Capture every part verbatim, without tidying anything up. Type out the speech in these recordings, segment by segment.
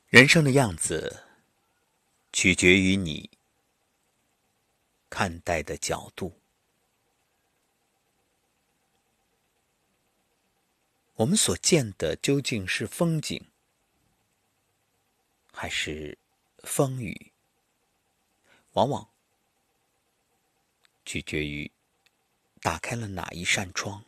人生的样子取决于你看待的角度。我们所见的究竟是风景，还是风雨，往往取决于打开了哪一扇窗。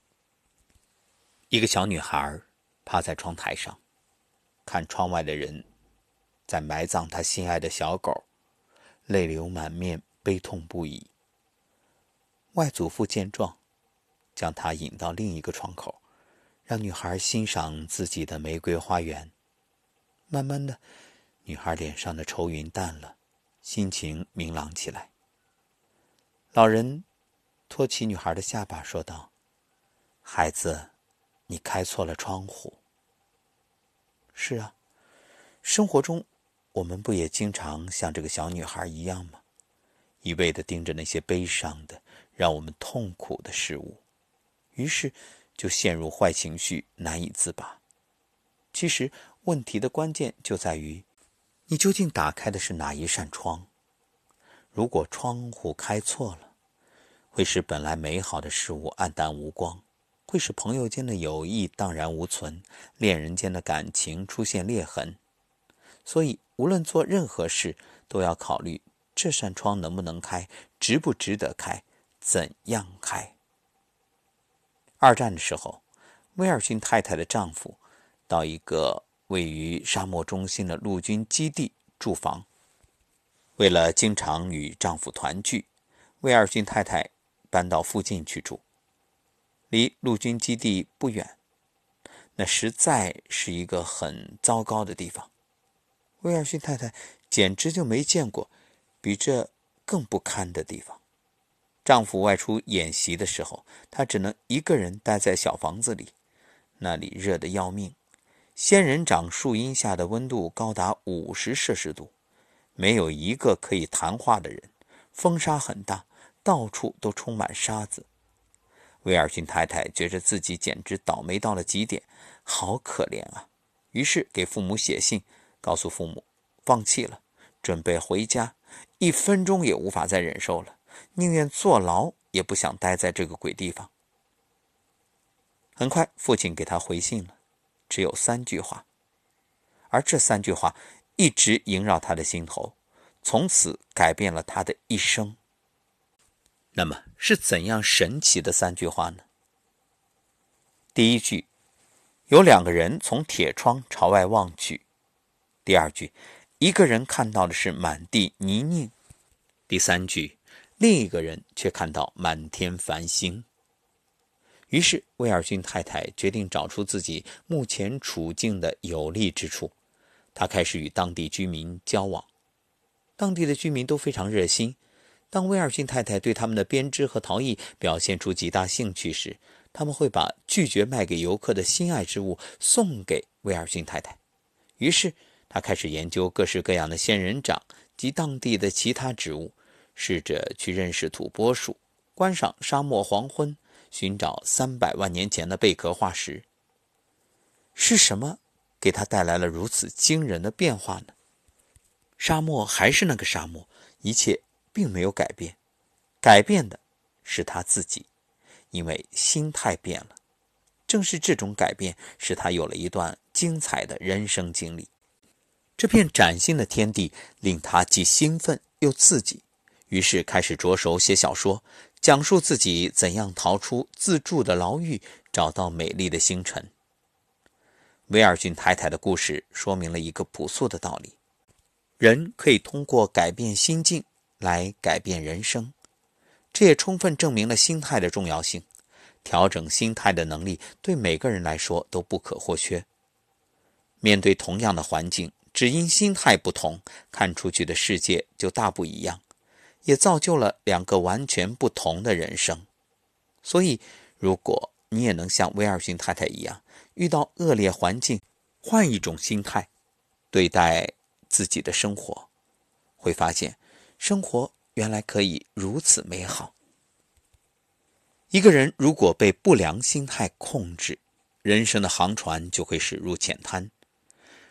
一个小女孩趴在窗台上，看窗外的人在埋葬她心爱的小狗，泪流满面，悲痛不已。外祖父见状，将她引到另一个窗口，让女孩欣赏自己的玫瑰花园。慢慢的，女孩脸上的愁云淡了，心情明朗起来。老人托起女孩的下巴说道：孩子，你开错了窗户。是啊，生活中我们不也经常像这个小女孩一样吗？一味地盯着那些悲伤的让我们痛苦的事物，于是就陷入坏情绪，难以自拔。其实问题的关键就在于你究竟打开的是哪一扇窗。如果窗户开错了，会使本来美好的事物黯淡无光，会使朋友间的友谊荡然无存，恋人间的感情出现裂痕。所以无论做任何事，都要考虑这扇窗能不能开，值不值得开，怎样开。二战的时候，威尔逊太太的丈夫到一个位于沙漠中心的陆军基地驻防。为了经常与丈夫团聚，威尔逊太太搬到附近去住，离陆军基地不远。那实在是一个很糟糕的地方。威尔逊太太简直就没见过比这更不堪的地方。丈夫外出演习的时候，她只能一个人待在小房子里，那里热得要命。仙人掌树荫下的温度高达五十摄氏度，没有一个可以谈话的人，风沙很大，到处都充满沙子。威尔逊太太觉得自己简直倒霉到了极点，好可怜啊！于是给父母写信，告诉父母放弃了，准备回家，一分钟也无法再忍受了，宁愿坐牢也不想待在这个鬼地方。很快父亲给他回信了，只有三句话，而这三句话一直萦绕他的心头，从此改变了他的一生。那么是怎样神奇的三句话呢？第一句，有两个人从铁窗朝外望去。第二句，一个人看到的是满地泥泞。第三句，另一个人却看到满天繁星。于是威尔逊太太决定找出自己目前处境的有利之处，她开始与当地居民交往。当地的居民都非常热心，当威尔逊太太对他们的编织和陶艺表现出极大兴趣时，他们会把拒绝卖给游客的心爱之物送给威尔逊太太。于是他开始研究各式各样的仙人掌及当地的其他植物，试着去认识土拨鼠，观赏沙漠黄昏，寻找三百万年前的贝壳化石。是什么给他带来了如此惊人的变化呢？沙漠还是那个沙漠，一切并没有改变，改变的是他自己，因为心态变了。正是这种改变使他有了一段精彩的人生经历。这片崭新的天地令他既兴奋又刺激，于是开始着手写小说，讲述自己怎样逃出自助的牢狱，找到美丽的星辰。威尔逊太太的故事说明了一个朴素的道理：人可以通过改变心境来改变人生。这也充分证明了心态的重要性。调整心态的能力对每个人来说都不可或缺。面对同样的环境，只因心态不同，看出去的世界就大不一样，也造就了两个完全不同的人生。所以如果你也能像威尔逊太太一样，遇到恶劣环境，换一种心态对待自己的生活，会发现生活原来可以如此美好。一个人如果被不良心态控制，人生的航船就会驶入浅滩。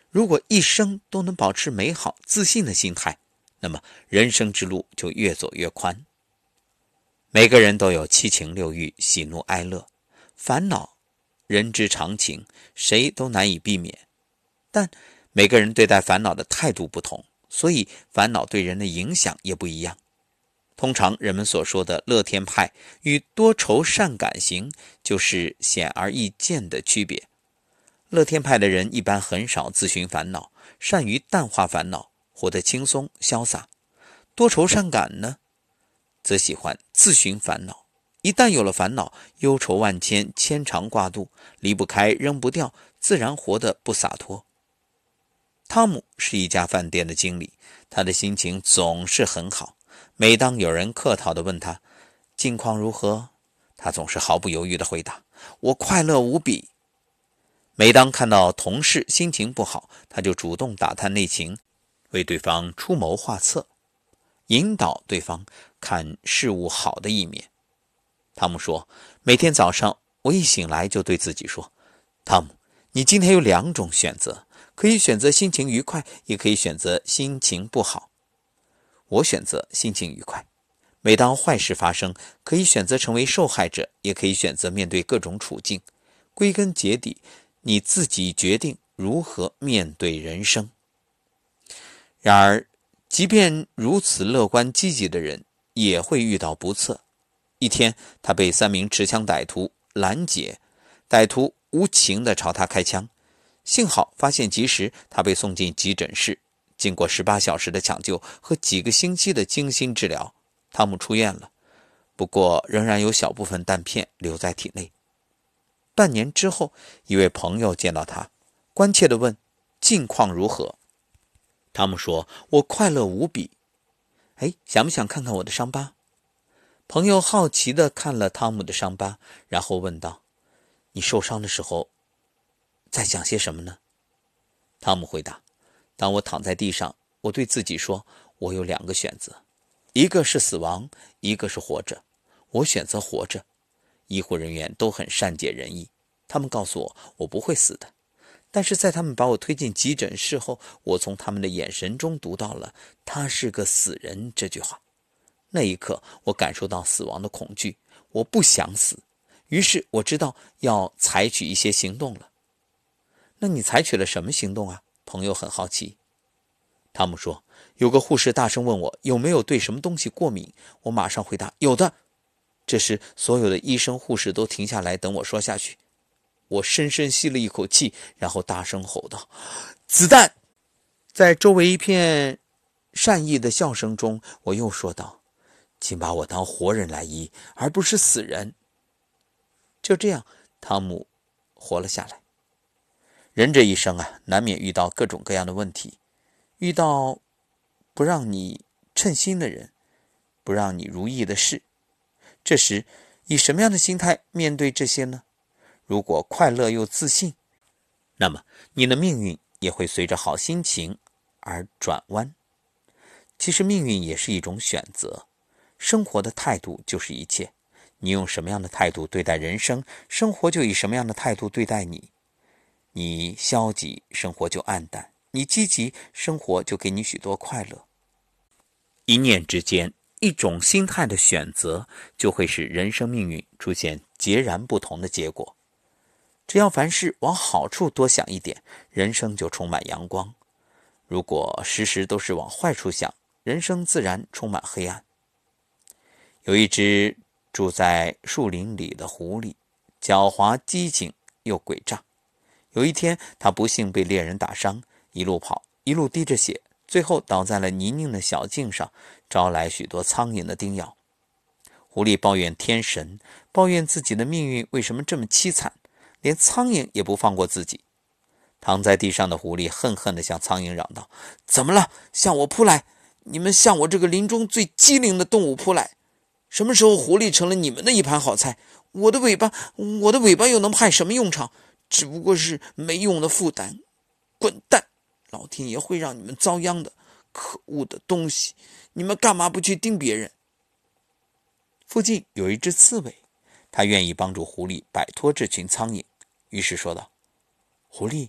如果一生都能保持美好自信的心态，那么人生之路就越走越宽。每个人都有七情六欲、喜怒哀乐，烦恼人之常情，谁都难以避免。但每个人对待烦恼的态度不同，所以烦恼对人的影响也不一样。通常人们所说的乐天派与多愁善感型就是显而易见的区别。乐天派的人一般很少自寻烦恼，善于淡化烦恼，活得轻松潇洒。多愁善感呢，则喜欢自寻烦恼，一旦有了烦恼，忧愁万千，牵肠挂肚，离不开扔不掉，自然活得不洒脱。汤姆是一家饭店的经理，他的心情总是很好。每当有人客套地问他近况如何，他总是毫不犹豫地回答：我快乐无比。每当看到同事心情不好，他就主动打探内情，为对方出谋划策，引导对方看事物好的一面。汤姆说，每天早上我一醒来就对自己说，汤姆，你今天有两种选择，可以选择心情愉快，也可以选择心情不好。我选择心情愉快。每当坏事发生，可以选择成为受害者，也可以选择面对各种处境。归根结底，你自己决定如何面对人生。然而，即便如此乐观积极的人，也会遇到不测。一天，他被三名持枪歹徒拦截，歹徒无情地朝他开枪，幸好发现及时，他被送进急诊室。经过十八小时的抢救和几个星期的精心治疗，汤姆出院了，不过仍然有小部分弹片留在体内。半年之后，一位朋友见到他，关切地问近况如何。汤姆说，我快乐无比。哎，想不想看看我的伤疤？朋友好奇地看了汤姆的伤疤，然后问道，你受伤的时候在想些什么呢？汤姆回答，当我躺在地上，我对自己说，我有两个选择，一个是死亡，一个是活着。我选择活着。医护人员都很善解人意，他们告诉我，我不会死的。但是在他们把我推进急诊室后，我从他们的眼神中读到了他是个死人这句话。那一刻，我感受到死亡的恐惧，我不想死，于是我知道要采取一些行动了。那你采取了什么行动啊？朋友很好奇。汤姆说，有个护士大声问我有没有对什么东西过敏，我马上回答，有的。这时所有的医生护士都停下来等我说下去。我深深吸了一口气，然后大声吼道，子弹！在周围一片善意的笑声中，我又说道，请把我当活人来医，而不是死人。就这样，汤姆活了下来。人这一生啊，难免遇到各种各样的问题，遇到不让你称心的人，不让你如意的事。这时，以什么样的心态面对这些呢？如果快乐又自信，那么你的命运也会随着好心情而转弯。其实命运也是一种选择，生活的态度就是一切。你用什么样的态度对待人生，生活就以什么样的态度对待你。你消极，生活就暗淡；你积极，生活就给你许多快乐。一念之间，一种心态的选择，就会使人生命运出现截然不同的结果。只要凡事往好处多想一点，人生就充满阳光。如果时时都是往坏处想，人生自然充满黑暗。有一只住在树林里的狐狸，狡猾机警又诡诈。有一天，他不幸被猎人打伤，一路跑，一路滴着血，最后倒在了泥泞的小径上，招来许多苍蝇的叮咬。狐狸抱怨天神，抱怨自己的命运为什么这么凄惨，连苍蝇也不放过自己。躺在地上的狐狸恨恨地向苍蝇嚷道，怎么了？向我扑来！你们向我这个林中最机灵的动物扑来！什么时候狐狸成了你们的一盘好菜？我的尾巴，我的尾巴又能派什么用场？只不过是没用的负担。滚蛋！老天爷会让你们遭殃的，可恶的东西！你们干嘛不去盯别人？附近有一只刺猬，他愿意帮助狐狸摆脱这群苍蝇，于是说道，狐狸，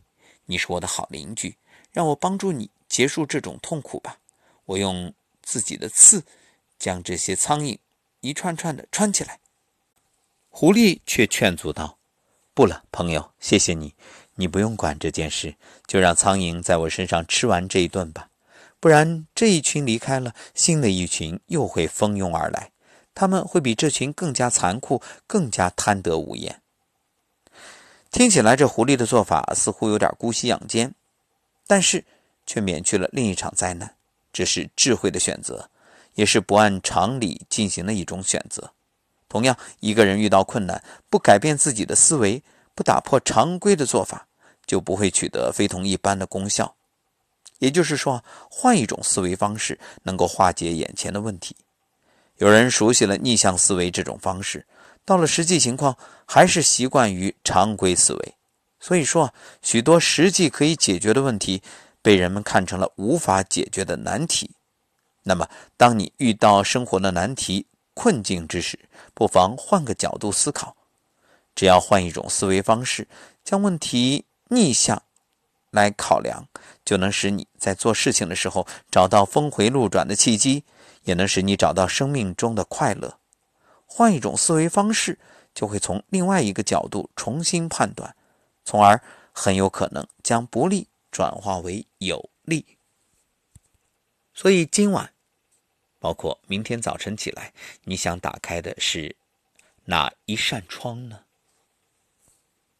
你是我的好邻居，让我帮助你结束这种痛苦吧。我用自己的刺将这些苍蝇一串串的穿起来。”狐狸却劝阻道：“不了，朋友，谢谢你，你不用管这件事，就让苍蝇在我身上吃完这一顿吧。不然这一群离开了，新的一群又会蜂拥而来，他们会比这群更加残酷，更加贪得无厌。”听起来这狐狸的做法似乎有点姑息养奸，但是却免去了另一场灾难。这是智慧的选择，也是不按常理进行的一种选择。同样，一个人遇到困难，不改变自己的思维，不打破常规的做法，就不会取得非同一般的功效。也就是说，换一种思维方式能够化解眼前的问题。有人熟悉了逆向思维这种方式，到了实际情况还是习惯于常规思维。所以说，许多实际可以解决的问题被人们看成了无法解决的难题。那么当你遇到生活的难题困境之时，不妨换个角度思考。只要换一种思维方式，将问题逆向来考量，就能使你在做事情的时候找到峰回路转的契机，也能使你找到生命中的快乐。换一种思维方式，就会从另外一个角度重新判断，从而很有可能将不利转化为有利。所以今晚，包括明天早晨起来，你想打开的是哪一扇窗呢？